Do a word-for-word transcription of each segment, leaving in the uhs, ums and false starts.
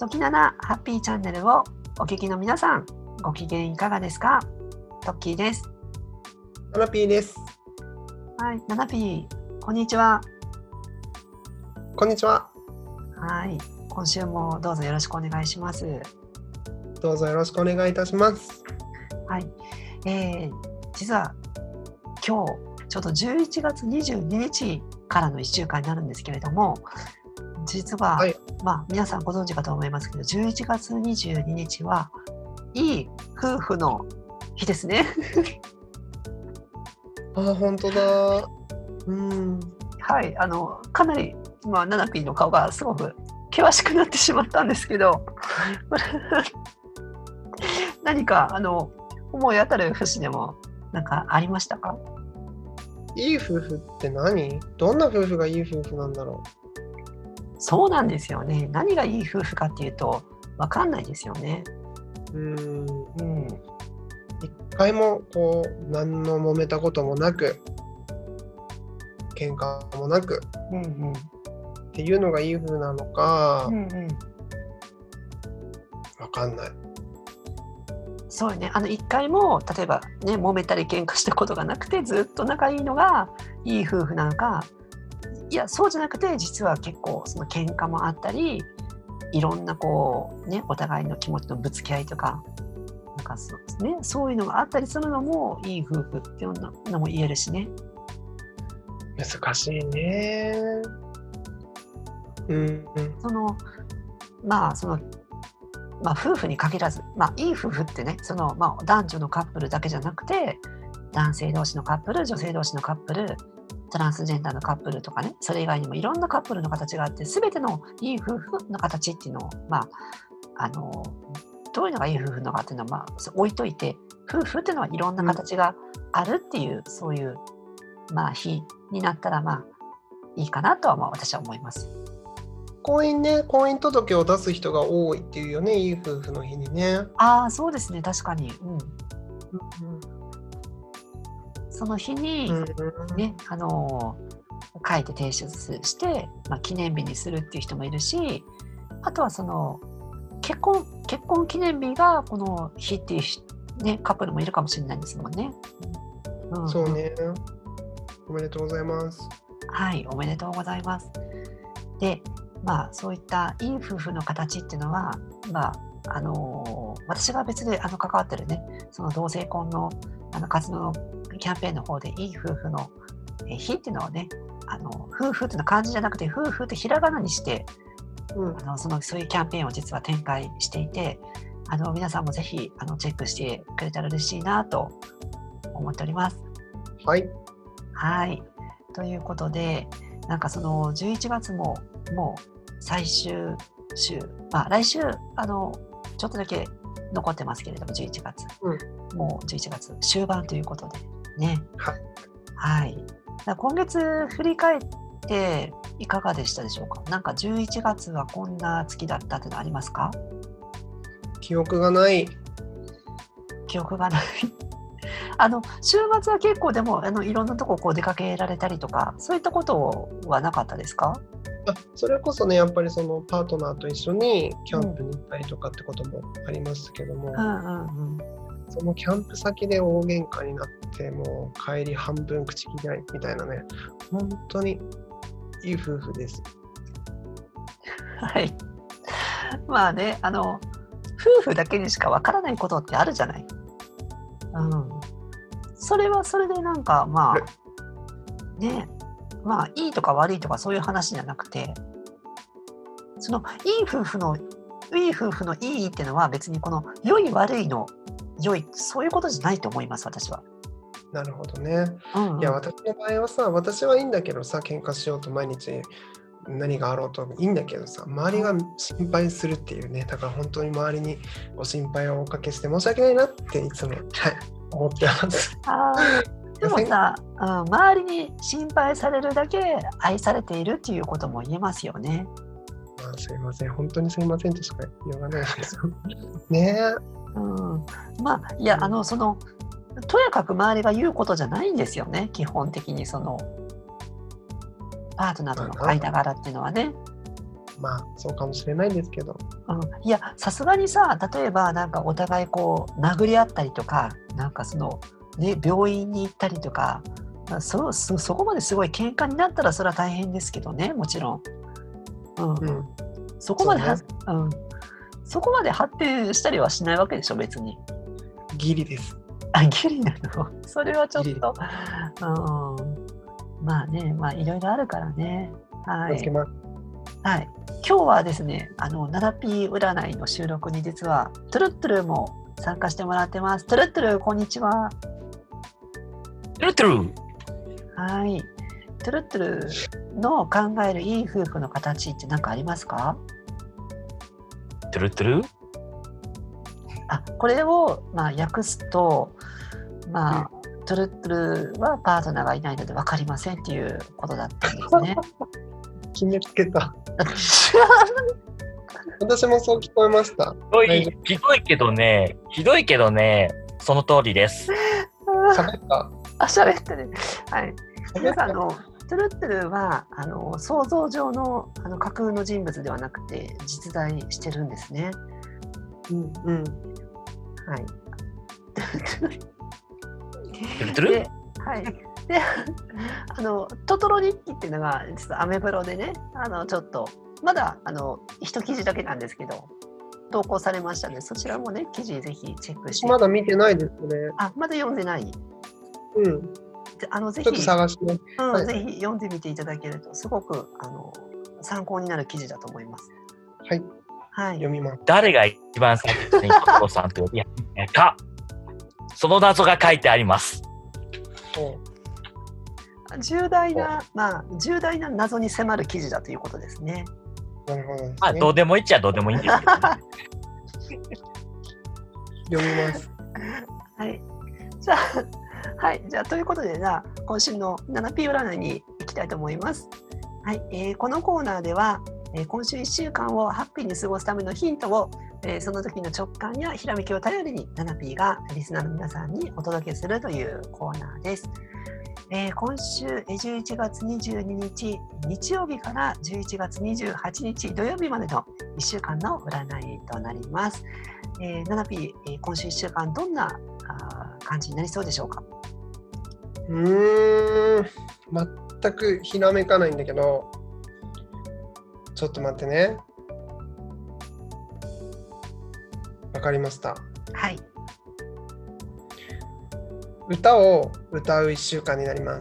時ななハッピーチャンネルをお聞きの皆さん、ご機嫌いかがですか？トッキーです。 ナナピーです。 はい、ナナピー、こんにちは。 こんにちは。 はい、今週もどうぞよろしくお願いします。 どうぞよろしくお願いいたします。 はい、えー、実は今日ちょうどじゅういちがつにじゅうににちからのいっしゅうかんになるんですけれども、実は、はい、まあ皆さんご存知かと思いますけど、じゅういちがつにじゅうににちはいい夫婦の日ですね。 あ、本当だ。うん。 はい、あのかなり、まあ、ナナピーの顔がすごく険しくなってしまったんですけど、何かあの思い当たる節でもなんかありましたか？ いい夫婦って何？どんな夫婦がいい夫婦なんだろう？ そうなんですよね。何がいい夫婦かっていうと分かんないですよね。 うーん、うん、一回もこう何の揉めたこともなく、喧嘩もなく、うんうん、っていうのがいい夫婦なのか、うんうん、分かんない。 そうよね。あの一回も例えばね揉めたり喧嘩したことがなくてずっと仲いいのがいい夫婦なのか、いやそうじゃなくて実は結構その喧嘩もあったり、いろんなこうねお互いの気持ちのぶつけ合いとか、なんかそうですね、そういうのがあったりするのもいい夫婦っていうのも言えるしね。 難しいね。うんうん。 そのまあそのまあ夫婦に限らず、まあいい夫婦ってね、そのまあ男女のカップルだけじゃなくて、男性同士のカップル、女性同士のカップル、トランスジェンダーのカップルとかね、それ以外にもいろんなカップルの形があって、すべてのいい夫婦の形っていうのを、まあ、あの、どういうのがいい夫婦なのかっていうのは、まあ、置いといて、夫婦っていうのはいろんな形があるっていう、うん、そういう、まあ、日になったら、まあ、いいかなとは、まあ、私は思います。 婚姻ね、婚姻届を出す人が多いっていうよね、いい夫婦の日にね。 ああ、そうですね、確かに。うん。うんうん、その日に、ね、あの書いて提出して、まあ、記念日にするっていう人もいるし、あとはその結婚結婚記念日がこの日っていう、ね、カップルもいるかもしれないんですもんね。 うんうん、そうね。おめでとうございます。 はい、おめでとうございます。で、まあそういったいい夫婦の形っていうのは、まああの私が別であの関わってるね、その同性婚のあの活動のキャンペーンの方でいい夫婦の日っていうのをね、あの夫婦っていうの漢字じゃなくて夫婦ってひらがなにして、うん、あのそのそういうキャンペーンを実は展開していて、あの皆さんもぜひあのチェックしてくれたら嬉しいなと思っております。 はい。 はい。ということで、なんかそのじゅういちがつももう最終週、まあ来週あのちょっとだけ残ってますけれども、じゅういちがつ、うん、もうじゅういちがつ終盤ということでね。 はい。 はい、今月振り返っていかがでしたでしょうか？なんかじゅういちがつはこんな月だったってのありますか？ 記憶がない。 記憶がないあの週末は結構でもあのいろんなとここう出かけられたりとか、そういったことはなかったですか？ あ、それこそね、やっぱりそのパートナーと一緒にキャンプに行ったりとかってこともありますけども、うんうんうん、そのキャンプ先で大喧嘩になってもう帰り半分口切りないみたいなね、本当にいい夫婦です。 はい。まあね、あの夫婦だけにしかわからないことってあるじゃない。うん。それはそれでなんかまあね、まあいいとか悪いとかそういう話じゃなくて、そのいい夫婦のいい夫婦のいいっていうのは別にこの良い悪いの良い、そういうことじゃないと思います、私は。 なるほどね。 うんうん、 いや私の場合はさ、私はいいんだけどさ、喧嘩しようと毎日何があろうといいんだけどさ、周りが心配するっていうね、だから本当に周りにご心配をおかけして申し訳ないなっていつも、はい、思ってます。 あでもさ、うん、周りに心配されるだけ愛されているっていうことも言えますよね。 まあ、すいません、本当にすいませんとしか言いようがないですよねえ。 うん、まあいや、あのそのとやかく周りが言うことじゃないんですよね、基本的にそのパートナーとの間柄っていうのはね。 まあそうかもしれないですけど、 うん、いやさすがにさ、例えばなんかお互いこう殴り合ったりとか、なんかその、ね、病院に行ったりとか、そ, そ, そこまですごい喧嘩になったらそれは大変ですけどね、もちろん、うんうん、そこまでは、そうね、うん、そこまで発展したりはしないわけでしょ別に。 ギリです。 あ、ギリなの？それはちょっと、うん、まあね、まあいろいろあるからね。はい。はい。今日はですね、あの ナナピー 占いの収録に実はトゥルットゥルも参加してもらってます。トゥルットゥル、こんにちは。 トゥルットゥル。 はい。トゥルットゥルの考えるいい夫婦の形って何かありますか？ トゥルットゥル。 あ、これをまあ訳すと、まあ、うん、トゥルットゥルはパートナーがいないので分かりませんっていうことだったんですね。 決めつけた。私もそう聞こえました。 ひどい、ひどいけどね、ひどいけどね、その通りです。 喋った。 あ、喋ったね。はい。皆さん、あのトゥルットゥルはあの想像上のあの架空の人物ではなくて実在してるんですね。 うんうん。 はい。 トゥルトゥル？ で、はい。で、あのトトロ日記っていうのが実はアメブロでね、あのちょっとまだあの一記事だけなんですけど投稿されましたので、そちらもね記事ぜひチェックして。 まだ見てないですね。 あ、まだ読んでない。 うん。 あのぜひちょっと探して、 うんはい、 ぜひ読んでみていただけるとすごくあの参考になる記事だと思います。 はい。 はい。 読みます。 誰が一番最初にトトロさんと呼び始めたか、その謎が書いてあります。 重大な、まあ、重大な謎に迫る記事だということですね。 なるほどですね。 まあ、どうでもいいっちゃどうでもいいんですけど、ね、 読みます。 はい。じゃあ、はい。じゃあ、ということで、じゃあ、今週の ナナピー 占いに行きたいと思います。はい。えー、このコーナーでは、えー、今週いっしゅうかんをハッピーに過ごすためのヒントを、えー、その時の直感やひらめきを頼りに ナナピー がリスナーの皆さんにお届けするというコーナーです。えー、今週じゅういちがつにじゅうににち日曜日からじゅういちがつにじゅうはちにち土曜日までのいっしゅうかんの占いとなります。えー、ナナピー、えー、今週いっしゅうかんどんなあ感じになりそうでしょうか？ うーん、全くひらめかないんだけど、ちょっと待ってね。わかりました。 はい。 歌を歌ういっしゅうかんになります。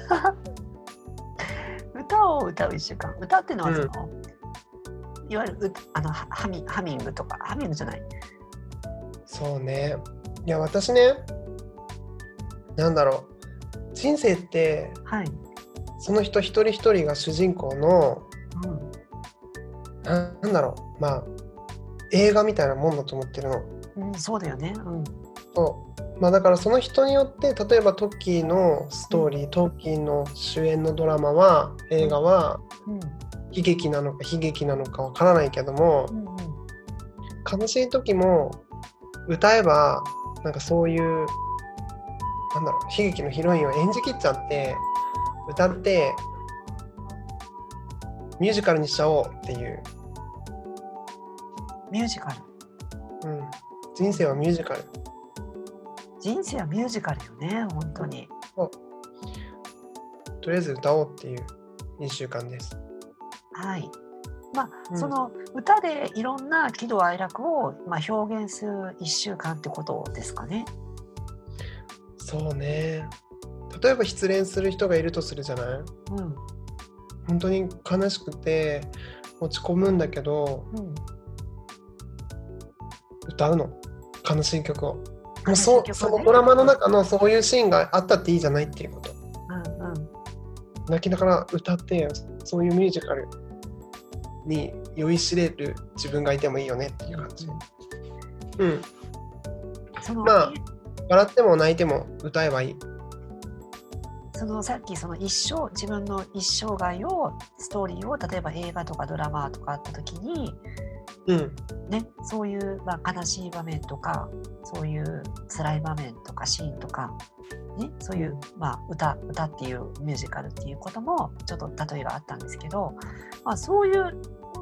歌を歌ういっしゅうかん。歌っていうのはその、うん、いわゆるあのハミ、ハミングとか、ハミングじゃない。 そうね。いや、私ね、なんだろう。人生って、はい、その人一人一人が主人公の、うん、な, なんだろう。まあ、映画みたいなもんだと思ってるの。 うん、そうだよね。うん。 そうまあ、だからその人によって例えばトッキーのストーリー、うん、トッキーの主演のドラマは映画は悲劇なのか悲劇なのかわからないけども、うんうん、悲しい時も歌えばなんかそういうなんだろう悲劇のヒロインを演じきっちゃって歌ってミュージカルにしちゃおうっていう。 ミュージカル、 うん、人生はミュージカル。 人生はミュージカルよね、本当に。 とりあえず歌おうっていういっしゅうかんです。 はい。まあ、うん、その歌でいろんな喜怒哀楽を、まあ、表現するいっしゅうかんってことですかね。 そうね。例えば失恋する人がいるとするじゃない？うん。本当に悲しくて落ち込むんだけど、うん、歌うの。悲しい曲を。もう そ, そのドラマの中のそういうシーンがあったっていいじゃないっていうこと。うんうん、泣きながら歌ってそういうミュージカルに酔いしれる自分がいてもいいよねっていう感じ。うん。そのまあ笑っても泣いても歌えばいい。 そのさっきその一生自分の一生涯をストーリーを例えば映画とかドラマとかあった時に。うんね、そういう、まあ、悲しい場面とかそういう辛い場面とかシーンとか、ね、そういう、まあ、歌, 歌っていうミュージカルっていうこともちょっと例えがあったんですけど、まあ、そういう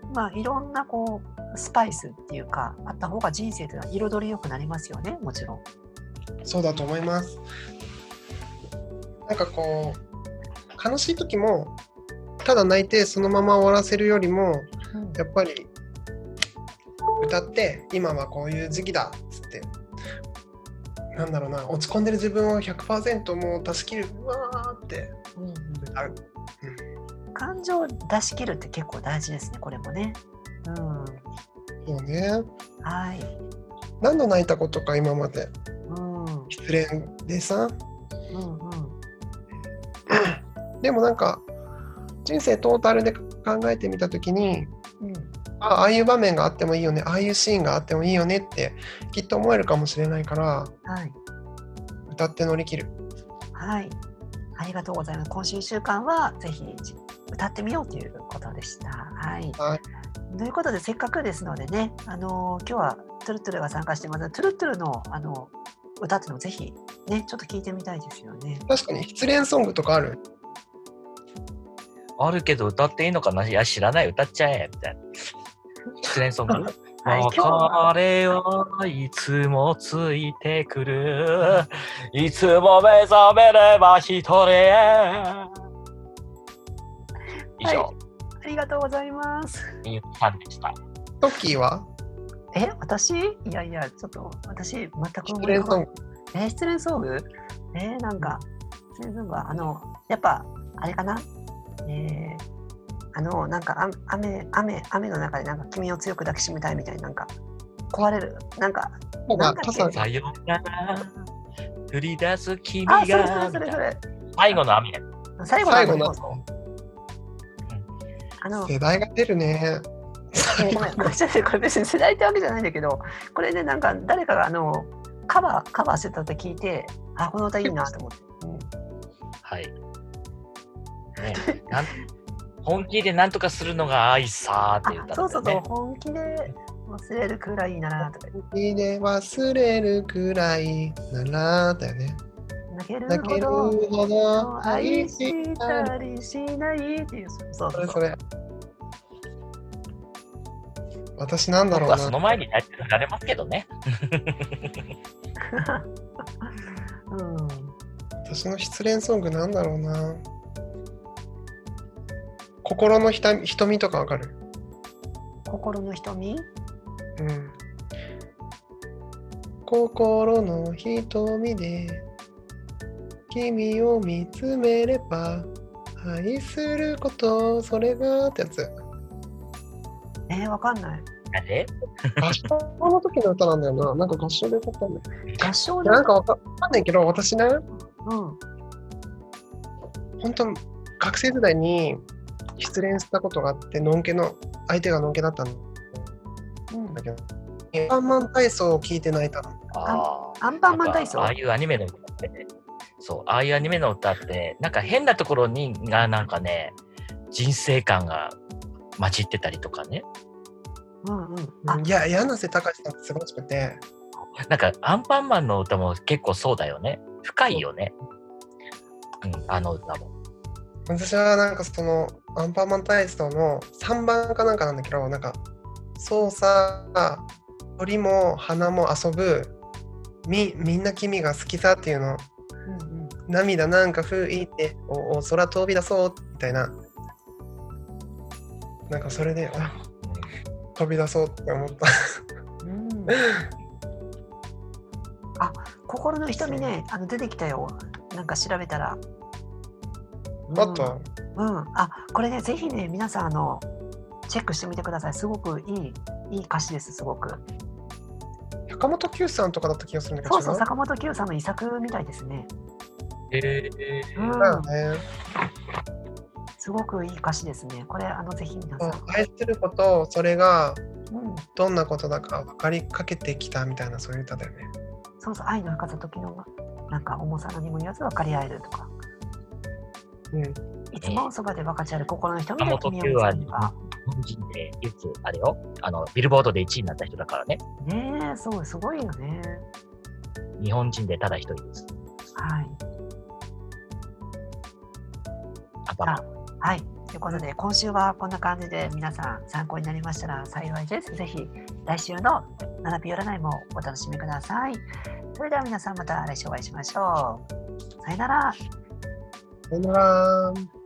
まあいろんなこうスパイスっていうかあった方が人生というのは彩りよくなりますよね、もちろん。 そうだと思います。なんかこう悲しい時もただ泣いてそのまま終わらせるよりも、うん、やっぱり歌って今はこういう時期だっつってなんだろうな、落ち込んでる自分を ひゃくパーセント もう出し切るうわーって歌う、 うんうん、感情を出し切るって結構大事ですね、これもね。うん、 そうね。 はい。 何度泣いたことか今まで、 うん、 失恋でさ、 うんうん、 でもなんか人生トータルで考えてみたときに、うん、あ, ああいう場面があってもいいよね、ああいうシーンがあってもいいよねってきっと思えるかもしれないから、はい、歌って乗り切る。 はい、ありがとうございます。今週いっしゅうかんはぜひ歌ってみようということでした。はい。はい、ということでせっかくですのでね、あのー、今日はトゥルトゥルが参加してます。トゥルトゥルのあの歌っていうのをぜひねちょっと聞いてみたいですよね。 確かに失恋ソングとかある？ あるけど歌っていいのかな、いや知らない、歌っちゃえみたいな。失恋ソング。はい、別れはいつもついてくる、いつも目覚めれば一人へ。以上、はい、 ありがとうございます。 みゆきさんでした。 トッキーは？ え、私？いやいや、ちょっと私全く失恋ソング。 え、失恋ソング？えー、なんか失恋ソングはあのやっぱあれかな。えー、あのなんか雨雨雨の中でなんか君を強く抱きしめたいみたいな、なんか壊れるなんかなんかさよなら降り出す君が、 あ、それそれそれそれ最後の雨、 最後の雨こそ、 あの世代が出るね。 ごめん、これ別に世代ってわけじゃないんだけど、これねなんか誰かがあのカバーカバーしてたって聞いて、あ、この歌いいなと思って、うん、 はい。ね、なん本気でなんとかするのが愛さーって言ったんだよね。 そうそうそう、本気で忘れるくらいならとか。 本気で忘れるくらいならだよね。 泣けるほど愛したりしないっていう。そうそうそう。それそれ。 私なんだろうな。 僕はその前に泣いてられますけどね。 うん、私の失恋ソングなんだろうな。心の瞳とかわかる？ 心の瞳？ うん。心の瞳で君を見つめれば愛することそれがってやつ。 えー、わかんない。 なんで？ 合唱の時の歌なんだよな。なんか合唱で歌ったんだよ。 合唱で？ なんかわかんないけど、私ね、うん。本当学生時代に失恋したことがあって、のんけの相手がのんけだったんだけど、うん、アンパンマン体操を聞いて泣いたの。 あアンパンマン体操？ ああいうアニメの歌って、ね、そう、ああいうアニメの歌って、なんか変なところにがなんかね、人生観が混じってたりとかね。 うんうん、 いや、柳瀬隆さんってすごくて、 なんかアンパンマンの歌も結構そうだよね。深いよね。うん、あの歌も。 私はなんかそのアンパンマン体操のさんばんかなんかなんだけど、なんか操作、鳥も花も遊ぶ、み, みんな君が好きさっていうの、うんうん、涙なんか吹いておお空飛び出そうみたいな、なんかそれであ飛び出そうって思った、うん、 あ、心の瞳ね、あの出てきたよ、なんか調べたら。 あったうん、あ、これね、ぜひね、皆さんあのチェックしてみてください。すごくいい、いい歌詞です、すごく。 坂本九さんとかだった気がするんだけど。 そうそう、坂本九さんの遺作みたいですね。 えー、 うん、だよね。 すごくいい歌詞ですね。これ、あのぜひ皆さん。 愛すること、それがどんなことだか分かりかけてきたみたいな、そういう歌だよね。 そうそう、愛の深さ時のなんか重さ何も言わず分かり合えるとか。うん、いつもそばで分かち合える心の瞳が君を見つめれば。 日本人でいつあれよ、あのビルボードでいちいになった人だからね。 ねえ、そう、すごいよね。 日本人でただ一人です。 はい。 あはい、 ということで今週はこんな感じで皆さん参考になりましたら幸いです。ぜひ来週の学び占いもお楽しみください。それでは皆さんまた来週お会いしましょう。さよなら。 さよなら。